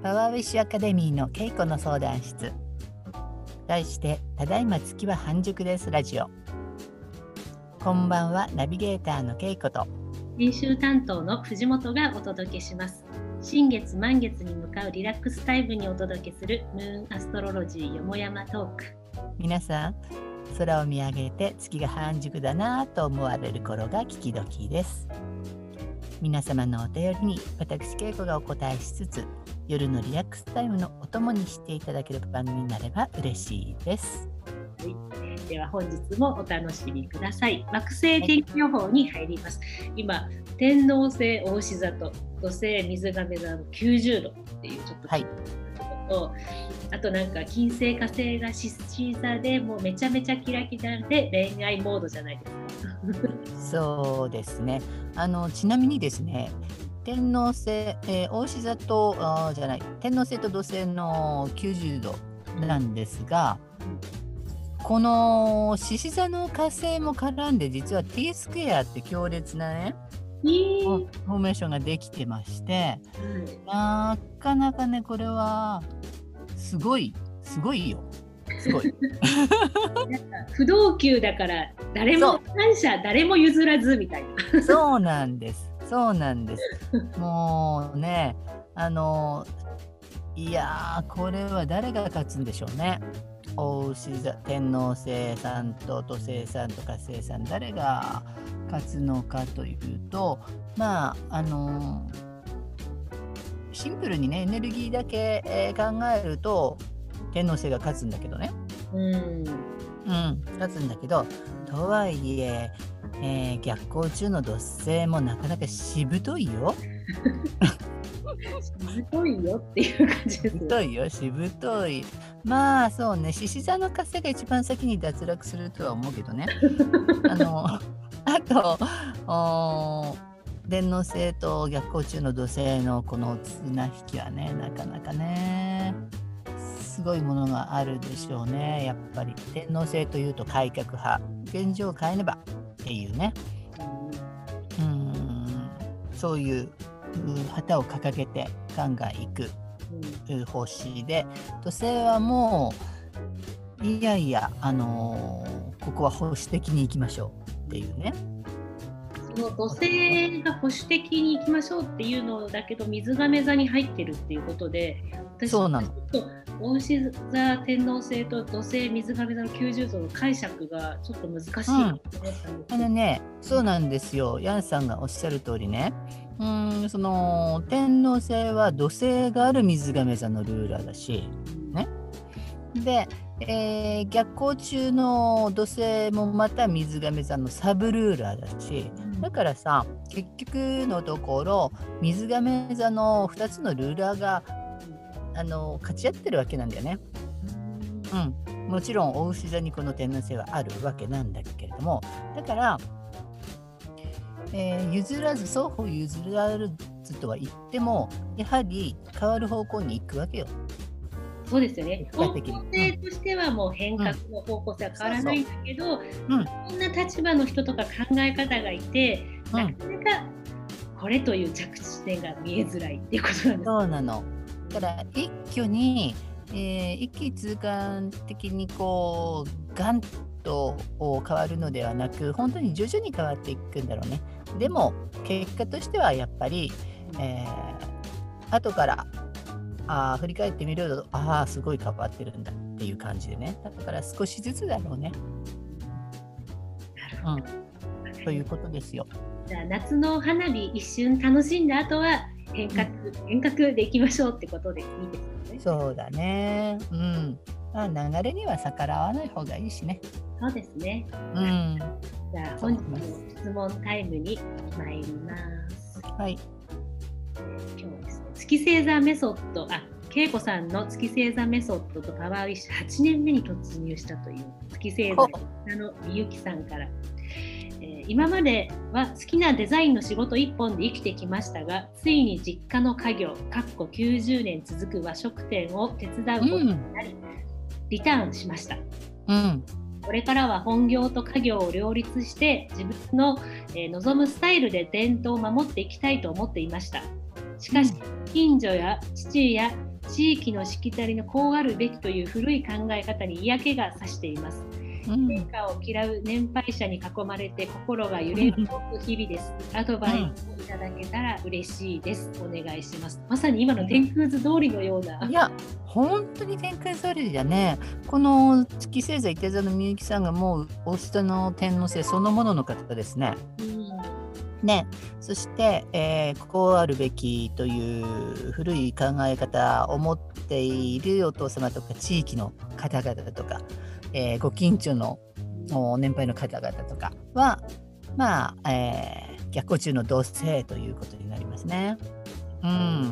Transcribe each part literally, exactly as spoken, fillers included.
パワーウィッシュアカデミーのけいこの相談室、題してただいま月は半熟ですラジオ。こんばんは、ナビゲーターのけいこと編集担当の藤本がお届けします。新月満月に向かうリラックスタイムにお届けするムーンアストロロジーよもやまトーク。 皆さん、空を見上げて月が半熟だなと思われる頃が聞き時です。皆様のお便りに私けいこがお答えしつつ、夜のリラックスタイムのお供にしていただける番組になれば嬉しいです。 はい、では本日もお楽しみください。惑星天気予報に入ります。はい、今天王星牡牛座と土星水亀座のきゅうじゅうどっていうちょっと、はい、とあとなんか金星火星が獅子座でもうめちゃめちゃキラキラで恋愛モードじゃないですか。 そうですね。あのちなみにですね、天王星、えー、牡牛座とあじゃない天王星と土星のきゅうじゅうどなんですが、この獅子座の火星も絡んで実は T スクエアって強烈なね、 えー、 フォーメーションができてまして、うん、なかなかねこれはすごいすごいよすごいなんか不動級だから誰も感謝誰も譲らずみたいな。 そうなんですそうなんですもうね、あのいやーこれは誰が勝つんでしょうね。牡牛座天王星さんと土星さんと火星さん、誰が勝つのかというと、まああのシンプルにねエネルギーだけ、えー、考えると天王星が勝つんだけどね、うん、うん、勝つんだけど、とはいええー、逆行中の土星もなかなかしぶといよしぶといよっていう感じです。 しぶといよしぶとい。まあそうね、獅子座の火星が一番先に脱落するとは思うけどねあのあと天王星と逆行中の土星のこの綱引きはね、なかなかねすごいものがあるでしょうね。やっぱり天王星というと改革派、現状を変えねばっていうね、うーんそういう旗を掲げてガンガン行く方針で、土星はもういやいや、あのー、ここは保守的に行きましょうっていうね。 その土星が保守的に行きましょうっていうのだけど水亀座に入ってるっていうことで、私そうなの。 牡牛座天王星と土星水亀座のきゅうじゅうどの解釈がちょっと難しい、うん、 あのね、そうなんですよ。ヤンさんがおっしゃる通りね、うーんその天王星は土星がある水亀座のルーラーだし、ね、で、えー、逆行中の土星もまた水亀座のサブルーラーだし、だからさ、結局のところ水亀座のふたつのルーラーがあの勝ち合ってるわけなんだよね。うん、もちろん牡牛座にこの天王星はあるわけなんだけれども、だから、えー、譲らず双方譲らずとは言ってもやはり変わる方向に行くわけよ。 そうですよね。方向性としてはもう変革の方向性は変わらないんだけど、うん、いろんな立場の人とか考え方がいて、うん、なかなかこれという着地点が見えづらいっていうことなんです。 そうなの。だから一挙に、えー、一気通貫的にこうガンと変わるのではなく、本当に徐々に変わっていくんだろうね。でも結果としてはやっぱり、えー、後からあ振り返ってみると、ああすごい変わってるんだっていう感じでね。だから少しずつだろうね。 なるほど、 うん、ということですよ。 じゃあ夏の花火一瞬楽しんだ後は変革、うん、変革でいきましょうってことでいいですよね。 そうだね。うん。まあ、流れには逆らわない方がいいしね。 そうですね。 うん。 じゃあ本日の質問タイムに参ります。 はい。 今日はですね、月星座メソッド、あ、けいこさんの月星座メソッドとパワーウィッシュはちねんめに突入したという月星座のみゆきさんから。今までは好きなデザインの仕事一本で生きてきましたが、ついに実家の家業きゅうじゅうねん続く和食店を手伝うことになり、うん、リターンしました、うん、これからは本業と家業を両立して自分の、えー、望むスタイルで伝統を守っていきたいと思っていました。しかし、うん、近所や父や地域のしきたりのこうあるべきという古い考え方に嫌気がさしています。変化を嫌う年配者に囲まれて心が揺れる日々です。アドバイスをいただけたら嬉しいです。お願いします。まさに今の天空図通りのような。 いや、本当に天空図通りだね。この月星座いて座のみゆきさんがもうお下の天王星そのものの方ですね。うんね、そして、えー、こうあるべきという古い考え方を持っているお父様とか地域の方々とか、えー、ご近所の年配の方々とかは、まあ、えー、逆行中の同性ということになりますね。うん、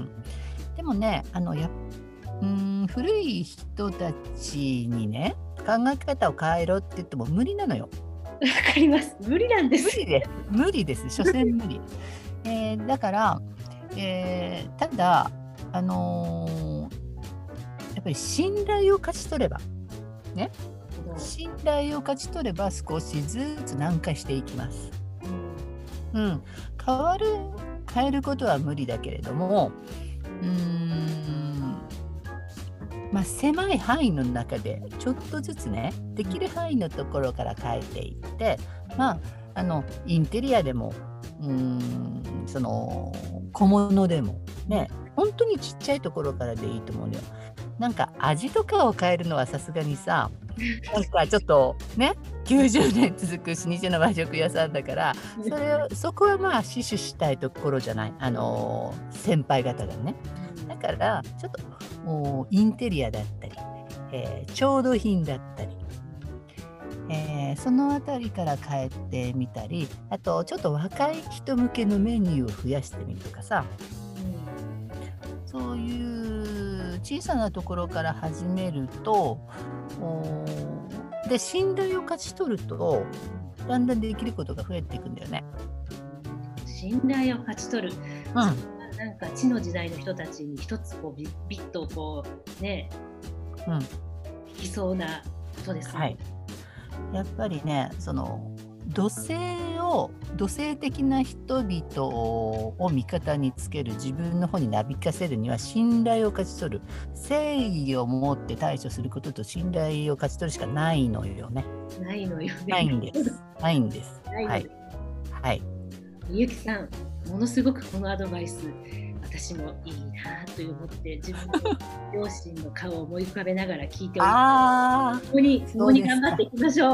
でもね、あのやうん古い人たちにね、考え方を変えろって言っても無理なのよ。 わかります。無理なんです。 無理です。無理です。所詮無理。えー、だから、えー、ただ、あのー、やっぱり信頼を勝ち取れば、ね、信頼を勝ち取れば少しずつ軟化していきます。うん、変わる、変えることは無理だけれども、うーん、まあ、狭い範囲の中でちょっとずつね、できる範囲のところから変えていって、まあ、あのインテリアでもうーんその小物でもね、本当にちっちゃいところからでいいと思うのよ。なんか味とかを変えるのはさすがにさ、なんかちょっとねきゅうじゅうねん続く老舗の和食屋さんだから、それをそこはまあ死守したいところじゃない、あのー、先輩方がね。だからちょっともうインテリアだったり、えー、調度品だったり、えー、そのあたりから変えてみたり、あとちょっと若い人向けのメニューを増やしてみるとかさ、うん、そういう小さなところから始めると、で信頼を勝ち取るとだんだんできることが増えていくんだよね。 信頼を勝ち取る、うん、なんか地の時代の人たちに一つこうビッビッとこうね、うん、いそうなことですね。 はい、やっぱりね、その土星を土星的な人々を味方につける、自分の方になびかせるには信頼を勝ち取る、正義を持って対処することと信頼を勝ち取るしかないのよね。 ないのよね。 ないんです。ないんです。はい。はい。 ゆきさん、ものすごくこのアドバイス、私もいいなと思って自分の両親の顔を思い浮かべながら聞いております。ここに共に頑張っていきましょう。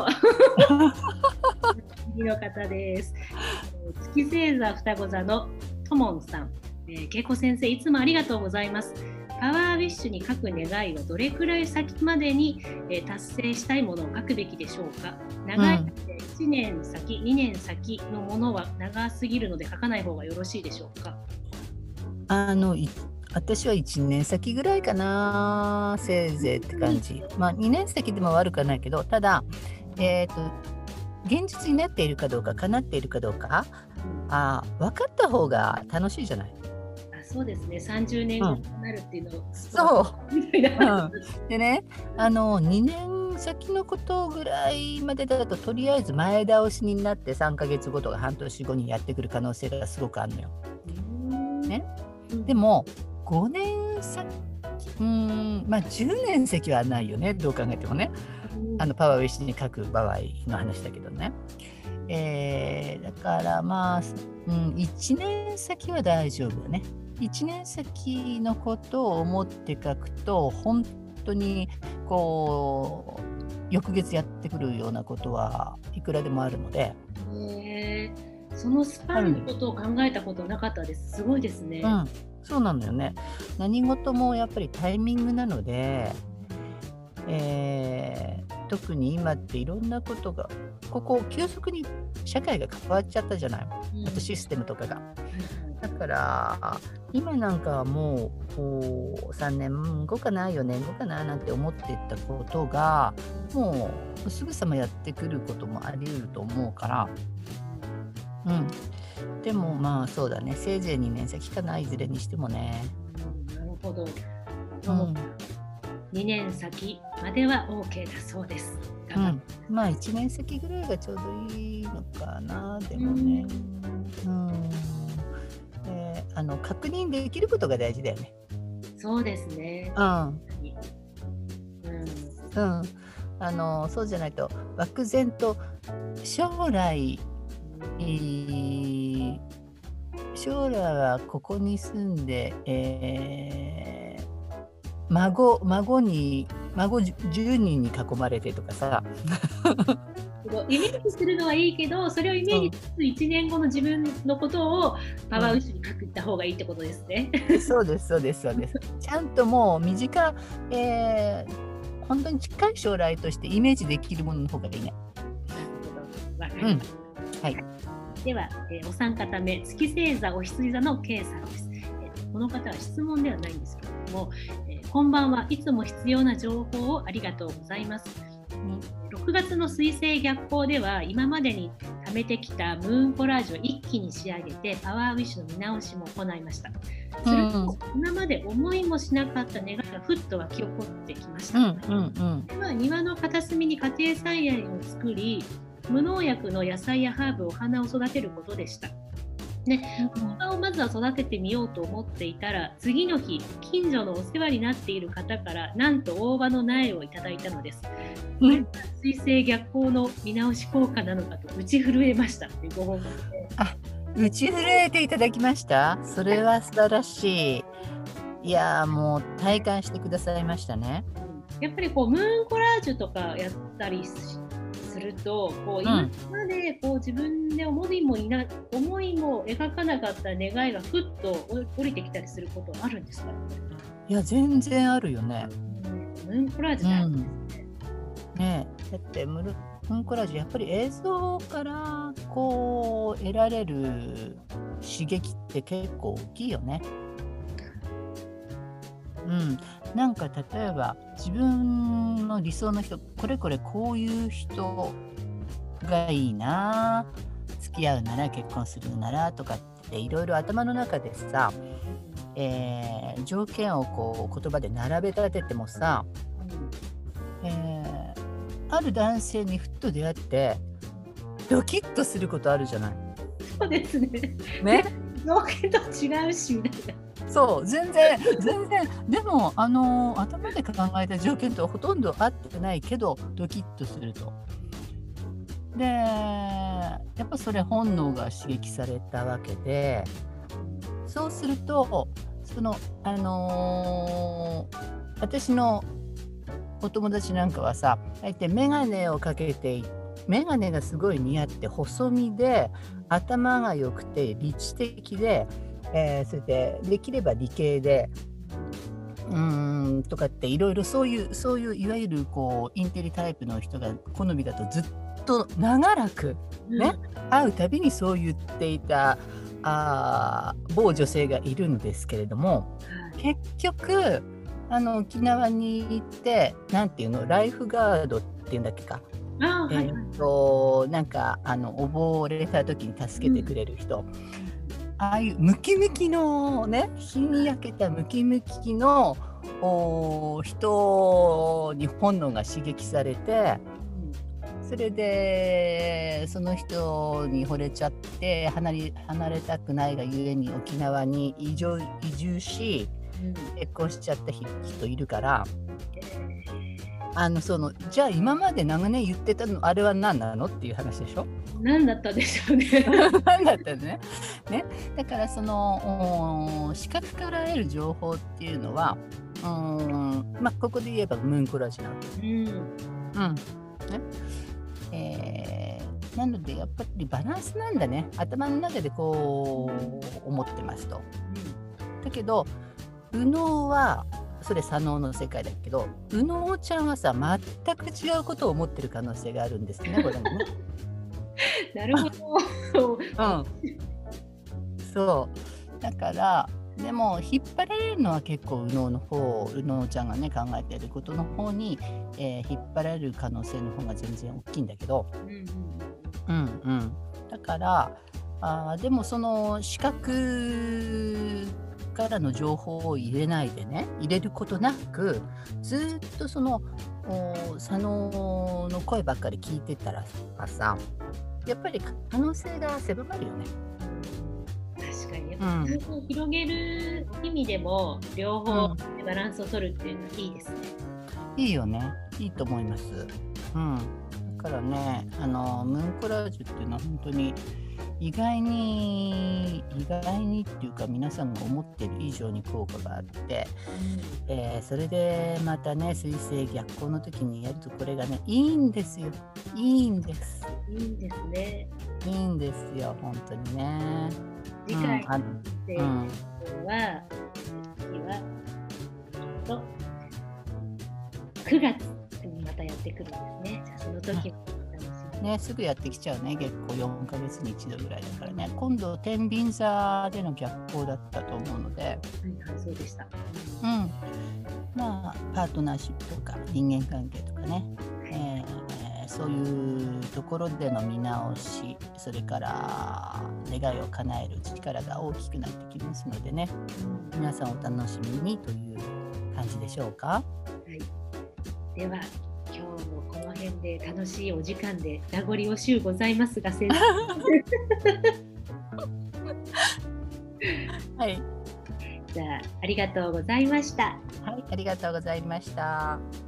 次の方です。月星座双子座のともんさん、えー、けいこ先生、いつもありがとうございます。パワーウィッシュに書く願いはどれくらい先までに、えー、達成したいものを書くべきでしょうか。長いでいちねん先、にねん先のものは長すぎるので書かない方がよろしいでしょうか。 あの私はいちねん先ぐらいかな、せいぜいって感じ。まあにねん先でも悪くはないけど、ただ、えーと、現実になっているかどうか、叶っているかどうか、あ分かった方が楽しいじゃない。 あ、そうですね、さんじゅうねんごになるっていうのを、 うん、そうみたいな、うん、でね、あのにねん先のことぐらいまでだととりあえず前倒しになってさんかげつごとか半年後にやってくる可能性がすごくあるのよ。ね、でもごねん先、うーん、まあじゅうねん先はないよね、どう考えてもね。あのパワーウィッシュに書く場合の話だけどね。えー、だからまあ、うん、いちねん先は大丈夫ね。いちねん先のことを思って書くと本当にこう翌月やってくるようなことはいくらでもあるので。 へー、そのスパンのことを考えたことなかったです。すごいですね。 うん、そうなのよね。何事もやっぱりタイミングなので、えー、特に今っていろんなことがここ急速に社会が変わっちゃったじゃない、うん、あとシステムとかが。だから今なんかはもうこうさんねんごかなよねんごかななんて思っていたことがもうすぐさまやってくることもあり得ると思うから、うん、でもまあそうだね、せいぜいにねん先かな、いずれにしてもね。 なるほど、うん、にねん先までは OK だそうです。 うん、まあいちねん先ぐらいがちょうどいいのかな。でもね、うん、うん、えー、あの確認できることが大事だよね。 そそうですね。 うん、 うん、 うん、あのそうじゃないと漠然と将来、えー将来はここに住んで、えー孫孫に孫じゅうにんに囲まれてとかさ、 すごいイメージするのはいいけど、それをイメージするいちねんごの自分のことをパワーウィッシュに書いた方がいいってことですね。 うん、そうですそうですそうです。ちゃんともう身近、えー、本当に近い将来としてイメージできるものの方がいいね。 わかうん、 ります。 はい。 では、えーお三方目、月星座お羊座の K さんです。えーこの方は質問ではないんですけれども、えーこんばんはいつも必要な情報をありがとうございます。ろくがつの水星逆行では今までに貯めてきたムーンコラージュを一気に仕上げてパワーウィッシュの見直しも行いました。すると、うん、今まで思いもしなかった願いがふっと湧き起こってきました。うんうんうん、は庭の片隅に家庭菜園を作り、無農薬の野菜やハーブお花を育てることでした。ね、大葉をまずは育ててみようと思っていたら、次の日近所のお世話になっている方からなんと大葉の苗をいただいたのです。これが水星逆行の見直し効果なのかと打ち震えましたっていうご報告で。 あ、打ち震えていただきました。それは素晴らしい。いやもう体感してくださいましたね。 やっぱりこうムーンコラージュとかやったりすると、こう今までこう自分で思いもいな思いも描かなかった願いがふっと降りてきたりすることあるんですか？ いや全然あるよね。 ムーンコラージュってあるんですね。 うん、ねえ、だってムーンコラージュやっぱり映像からこう得られる刺激って結構大きいよね。うん、なんか例えば自分の理想の人、これこれこういう人がいいな、付き合うなら結婚するならとかっていろいろ頭の中でさ、えー、条件をこう言葉で並べ立ててもさ、えー、ある男性にふっと出会ってドキッとすることあるじゃない。 そうですね。 ね、 条件と違うしみたいな。 そう全然全然でもあのー、頭で考えた条件とほとんど合ってないけどドキッとすると。でやっぱそれ本能が刺激されたわけで、そうするとそのあのー、私のお友達なんかはさ、大体眼鏡をかけて眼鏡がすごい似合って細身で頭が良くて理知的で、えー、それでできれば理系でうーんとかっていろいろそういうそういういわゆるこうインテリタイプの人が好みだとずっと長らくね、うん、会うたびにそう言っていたあ某女性がいるんですけれども、結局あの沖縄に行ってなんていうのライフガードっていうんだっけか、 あ、 えーとなんかあの溺れた時に助けてくれる人、うん、ああいうムキムキのね、日に焼けたムキムキの人に本能が刺激されて、それでその人に惚れちゃって離れ、離れたくないがゆえに沖縄に移住、移住し結婚しちゃった人いるから、あのそのじゃあ今まで長年言ってたのあれは何なのっていう話でしょ。 何だったでしょうね。 何だったね。ね、だからその視覚から得る情報っていうのは、うーん、まあここで言えばムーンコラージュなわけ。うん。うん。ね。えー、なのでやっぱりバランスなんだね。頭の中でこう思ってますと。うん、だけど右脳はそれ左脳の世界だけど、右脳ちゃんはさ全く違うことを思ってる可能性があるんですね、これもね。 なるほど。 うん、そうだからでも引っ張られるのは結構右脳の方、右脳ちゃんがね考えていることの方に、えー、引っ張られる可能性の方が全然大きいんだけど、うんうん、うん、だからあでもその視覚からの情報を入れないでね、入れることなくずっとその左脳の声ばっかり聞いてたらさ、やっぱり可能性が狭まるよね。 確確かにやっぱうん可能性を広げる意味でも両方でバランスを取るっていうのはいいですね。 いいよね。いいと思います。うん。だからね、あのムーンコラージュっていうのは本当に意外に意外にっていうか皆さんが思ってる以上に効果があって、えーそれでまたね水星逆行の時にやるとこれがねいいんですよ。いいんです。 いいんですね。 いいんですよ本当にね。 次回うんあの星うん星は、次はちょっとくがつにまたやってくるんですね。じゃあその時も楽しみ。 ね、すぐやってきちゃうね。月光よんかげつに一度ぐらいだからね。今度天秤座での逆行だったと思うので、 はいはい、そうでした。 うん、まあパートナーシップとか人間関係とかね、えーそういうところでの見直し、それから願いを叶える力が大きくなってきますのでね、皆さんお楽しみにという感じでしょうか。 はい、では今日もこの辺で楽しいお時間で名残惜しゅうございますが先生はい、 じゃあありがとうございました。 はい、ありがとうございました。